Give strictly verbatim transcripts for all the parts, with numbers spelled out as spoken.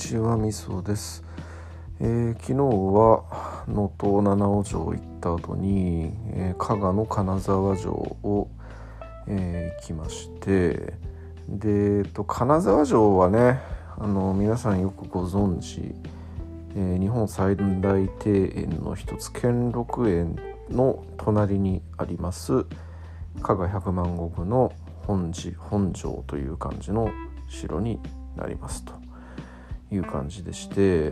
ちは、みそです。えー、昨日は能登七尾城行った後に、えー、加賀の金沢城を、えー、行きまして、で、えっと、金沢城はね、あの皆さんよくご存知、えー、日本最大庭園の一つ兼六園の隣にあります加賀百万石の本寺本城という感じの城になりますという感じでして、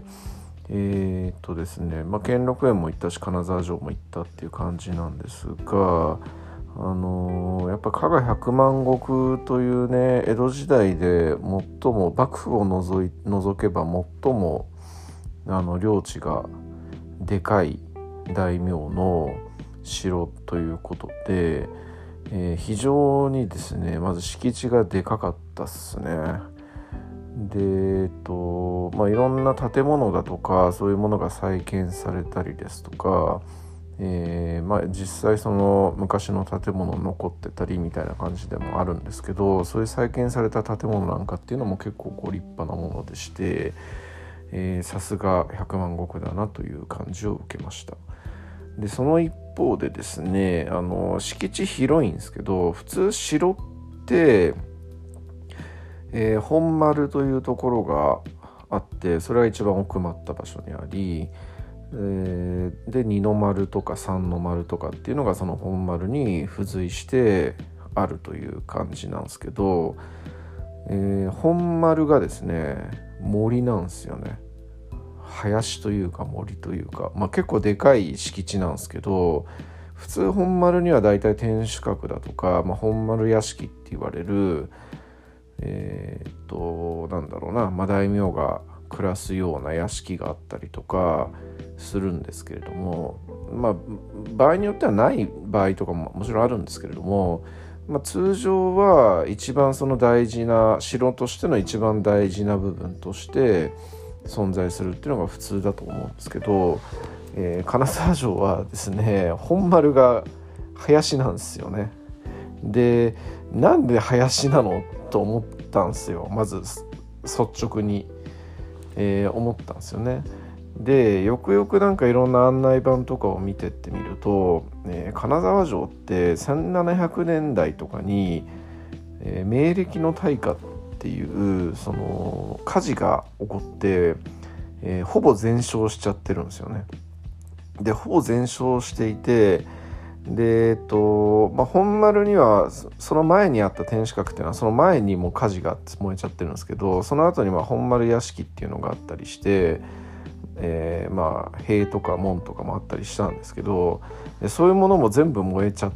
えー、っとですね、まあ、兼六園も行ったし金沢城も行ったっていう感じなんですが、あのー、やっぱ加賀百万石というね、江戸時代で最も幕府を除い除けば最もあの領地がでかい大名の城ということで、えー、非常にですね、まず敷地がでかかったっすね。で、えっとまあ、いろんな建物だとかそういうものが再建されたりですとか、えーまあ、実際その昔の建物残ってたりみたいな感じでもあるんですけど、そういう再建された建物なんかっていうのも結構ご立派なものでして、さすが百万石だなという感じを受けました。でその一方でですね、あの敷地広いんですけど、普通城ってえー、本丸というところがあって、それは一番奥まった場所にあり、えー、で二の丸とか三の丸とかっていうのがその本丸に付随してあるという感じなんですけど、えー、本丸がですね森なんですよね。林というか森というか、まあ、結構でかい敷地なんですけど、普通本丸にはだいたい天守閣だとか、まあ、本丸屋敷って言われるえー、っとなんだろうな、まあ、大名が暮らすような屋敷があったりとかするんですけれども、まあ場合によってはない場合とかももちろんあるんですけれども、まあ、通常は一番その大事な城としての一番大事な部分として存在するっていうのが普通だと思うんですけど、えー、金沢城はですね、本丸が林なんですよね。で、なんで林なのと思ったんですよ。まず率直に、えー、思ったんですよね。でよくよくなんかいろんな案内板とかを見てってみると、えー、金沢城ってせんななひゃくねんだいとかに、えー、明暦の大火っていうその火事が起こって、えー、ほぼ全焼しちゃってるんですよね。でほぼ全焼していて、でえっとまあ、本丸にはその前にあった天守閣っていうのはその前にも火事が燃えちゃってるんですけど、その後にまあ本丸屋敷っていうのがあったりして、えー、まあ塀とか門とかもあったりしたんですけど、でそういうものも全部燃えちゃって、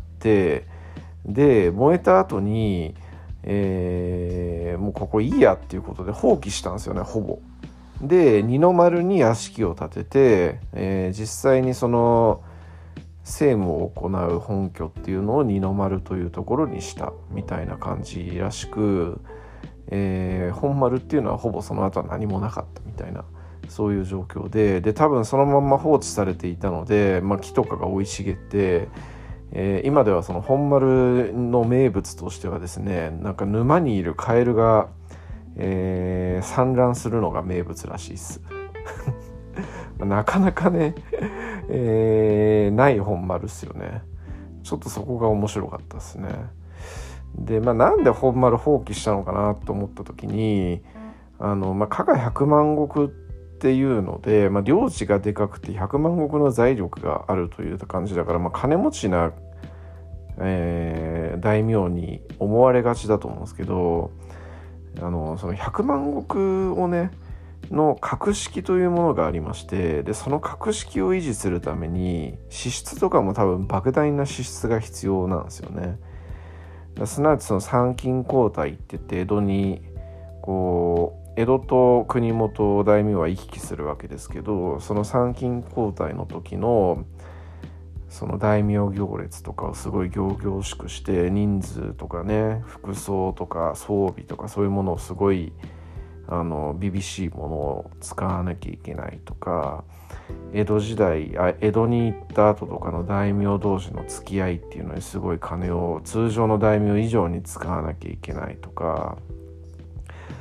で燃えた後に、えー、もうここいいやっていうことで放棄したんですよね、ほぼ。で二の丸に屋敷を建てて、えー、実際にその政務を行う本拠っていうのを二の丸というところにしたみたいな感じらしく、えー、本丸っていうのはほぼその後は何もなかったみたいな、そういう状況で、で多分そのまま放置されていたので、まあ、木とかが生い茂って、えー、今ではその本丸の名物としてはですね、なんか沼にいるカエルが、えー、産卵するのが名物らしいっす。なかなかね、えー、ない本丸っすよね。ちょっとそこが面白かったですね。で、まあ、なんで本丸放棄したのかなと思った時に、あの、まあ、加賀百万石っていうので、まあ、領地がでかくて百万石の財力があるという感じだから、まあ、金持ちな、えー、大名に思われがちだと思うんですけど、あのその百万石をねの格式というものがありまして、でその格式を維持するために支出とかも多分莫大な支出が必要なんですよね。すなわちその参勤交代って言って江戸にこう江戸と国元大名は行き来するわけですけど、その参勤交代の時のその大名行列とかをすごい仰々しくして、人数とかね、服装とか装備とかそういうものをすごいあの厳しいものを使わなきゃいけないとか、江戸時代あ江戸に行った後とかの大名同士の付き合いっていうのにすごい金を通常の大名以上に使わなきゃいけないとか、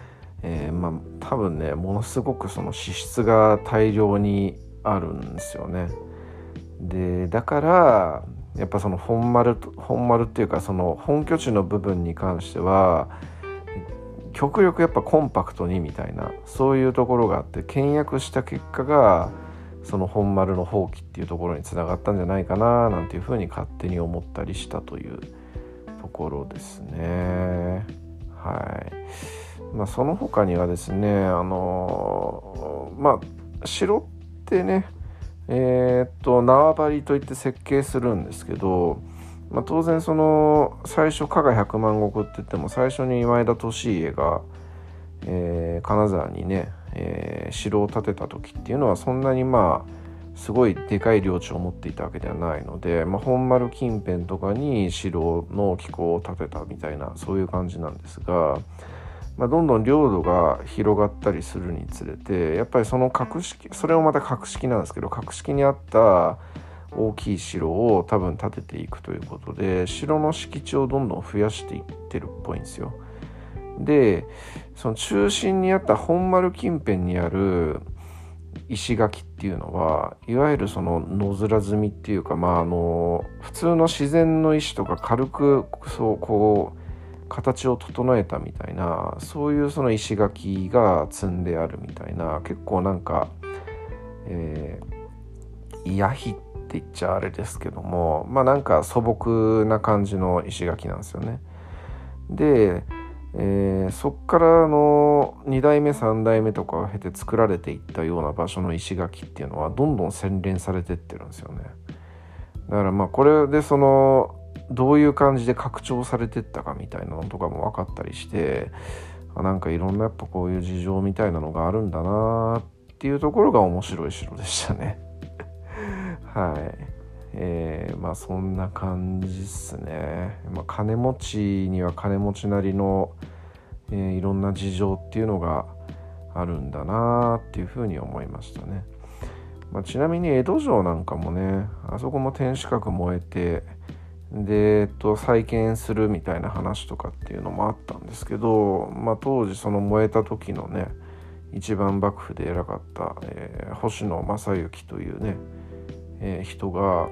えー、まあ多分ねものすごくその脂質が大量にあるんですよね。でだからやっぱその本丸本丸っていうかその本拠地の部分に関しては極力やっぱコンパクトにみたいなそういうところがあって倹約した結果がその本丸の放棄っていうところにつながったんじゃないかななんていうふうに勝手に思ったりしたというところですね。はい。まあその他にはですねあのまあ城ってねえー、っと縄張りといって設計するんですけど、まあ、当然その最初加賀百万石って言っても最初に前田利家が、えー、金沢にね、えー、城を建てた時っていうのはそんなにまあすごいでかい領地を持っていたわけではないので、まあ、本丸近辺とかに城の機構を建てたみたいなそういう感じなんですが、まあ、どんどん領土が広がったりするにつれてやっぱりその格式それもまた格式なんですけど格式に合った大きい城を多分建てていくということで城の敷地をどんどん増やしていってるっぽいんですよ。でその中心にあった本丸近辺にある石垣っていうのはいわゆるその野面積みっていうか、まあ、あの普通の自然の石とか軽くそうこう形を整えたみたいなそういうその石垣が積んであるみたいな結構なんか、えー、ヤヒって言っちゃあれですけどもまあなんか素朴な感じの石垣なんですよね。で、えー、そっからのに代目さん代目とかを経て作られていったような場所の石垣っていうのはどんどん洗練されてってるんですよね。だからまあこれでそのどういう感じで拡張されてったかみたいなのとかも分かったりしてなんかいろんなやっぱこういう事情みたいなのがあるんだなっていうところが面白い城でしたねはい、えー、まあそんな感じっすね、まあ、金持ちには金持ちなりの、えー、いろんな事情っていうのがあるんだなっていうふうに思いましたね。まあ、ちなみに江戸城なんかもねあそこも天守閣燃えてで、えっと、再建するみたいな話とかっていうのもあったんですけど、まあ、当時その燃えた時のね一番幕府で偉かった、えー、星野正幸というね、えー、人が、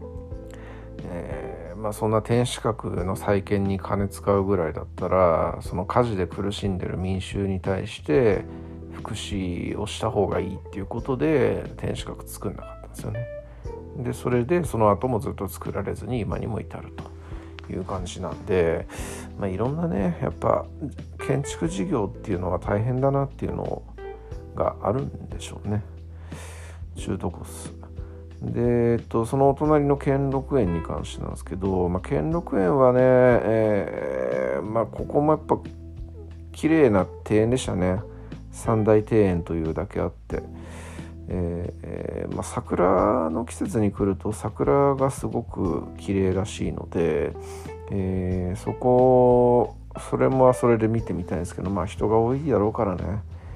えーまあ、そんな天守閣の再建に金使うぐらいだったらその火事で苦しんでる民衆に対して福祉をした方がいいっていうことで天守閣作んなかったんですよね。でそれでその後もずっと作られずに今にも至るという感じなんで、まあ、いろんなねやっぱ建築事業っていうのは大変だなっていうのがあるんでしょうね。中途コスで、えっと、そのお隣の兼六園に関してなんですけど、まあ、兼六園はね、えーまあ、ここもやっぱ綺麗な庭園でしたね。三大庭園というだけあってえーまあ、桜の季節に来ると桜がすごく綺麗らしいので、えー、そこそれもそれで見てみたいんですけど、まあ人が多いだろうからね、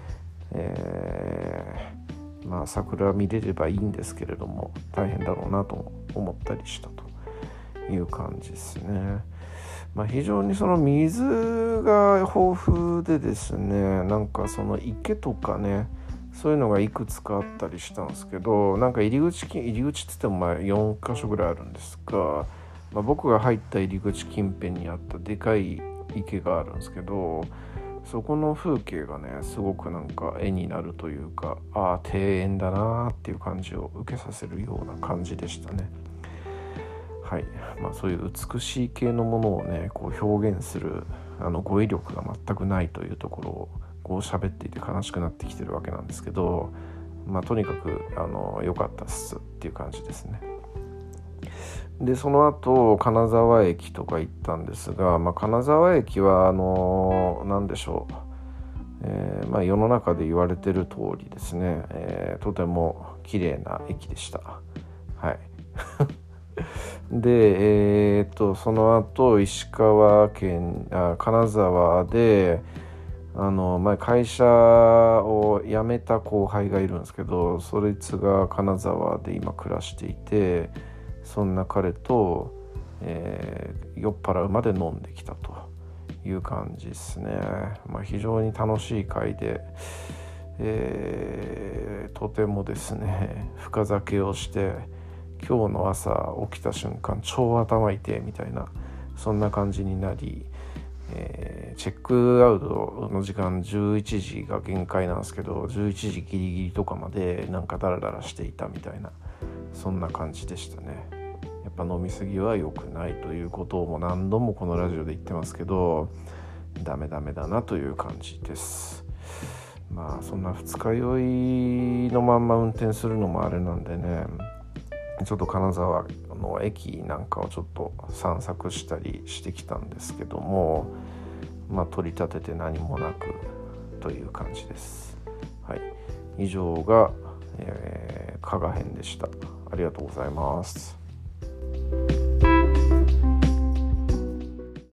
えー、まあ桜見れればいいんですけれども大変だろうなと思ったりしたという感じですね。まあ、非常にその水が豊富でですねなんかその池とかねそういうのがいくつかあったりしたんですけどなんか入り口入り口って言ってもまあよんかしょぐらいあるんですが、まあ、僕が入った入り口近辺にあったでかい池があるんですけどそこの風景がねすごくなんか絵になるというかああ庭園だなっていう感じを受けさせるような感じでしたね。はい、まあ、そういう美しい系のものをねこう表現するあの語彙力が全くないというところをこう喋っていて悲しくなってきてるわけなんですけど、まあ、とにかくあの良かったっすっていう感じですね。でその後金沢駅とか行ったんですが、まあ、金沢駅はあの何でしょう、えーまあ、世の中で言われてる通りですね、えー、とても綺麗な駅でした。はいで、えー、っとその後石川県あ金沢であの前会社を辞めた後輩がいるんですけどそいつが金沢で今暮らしていてそんな彼と、えー、酔っ払うまで飲んできたという感じですね。まあ、非常に楽しい回で、えー、とてもですね深酒をして今日の朝起きた瞬間超頭痛いみたいなそんな感じになり、えー、チェックアウトの時間じゅういちじが限界なんですけどじゅういちじギリギリとかまでなんかダラダラしていたみたいなそんな感じでしたね。やっぱ飲みすぎは良くないということをも何度もこのラジオで言ってますけどダメダメだなという感じです。まあそんな二日酔いのまんま運転するのもあれなんでねちょっと金沢の駅なんかをちょっと散策したりしてきたんですけどもまあ取り立てて何もなくという感じです。はい、以上が、えー、加賀編でした。ありがとうございます。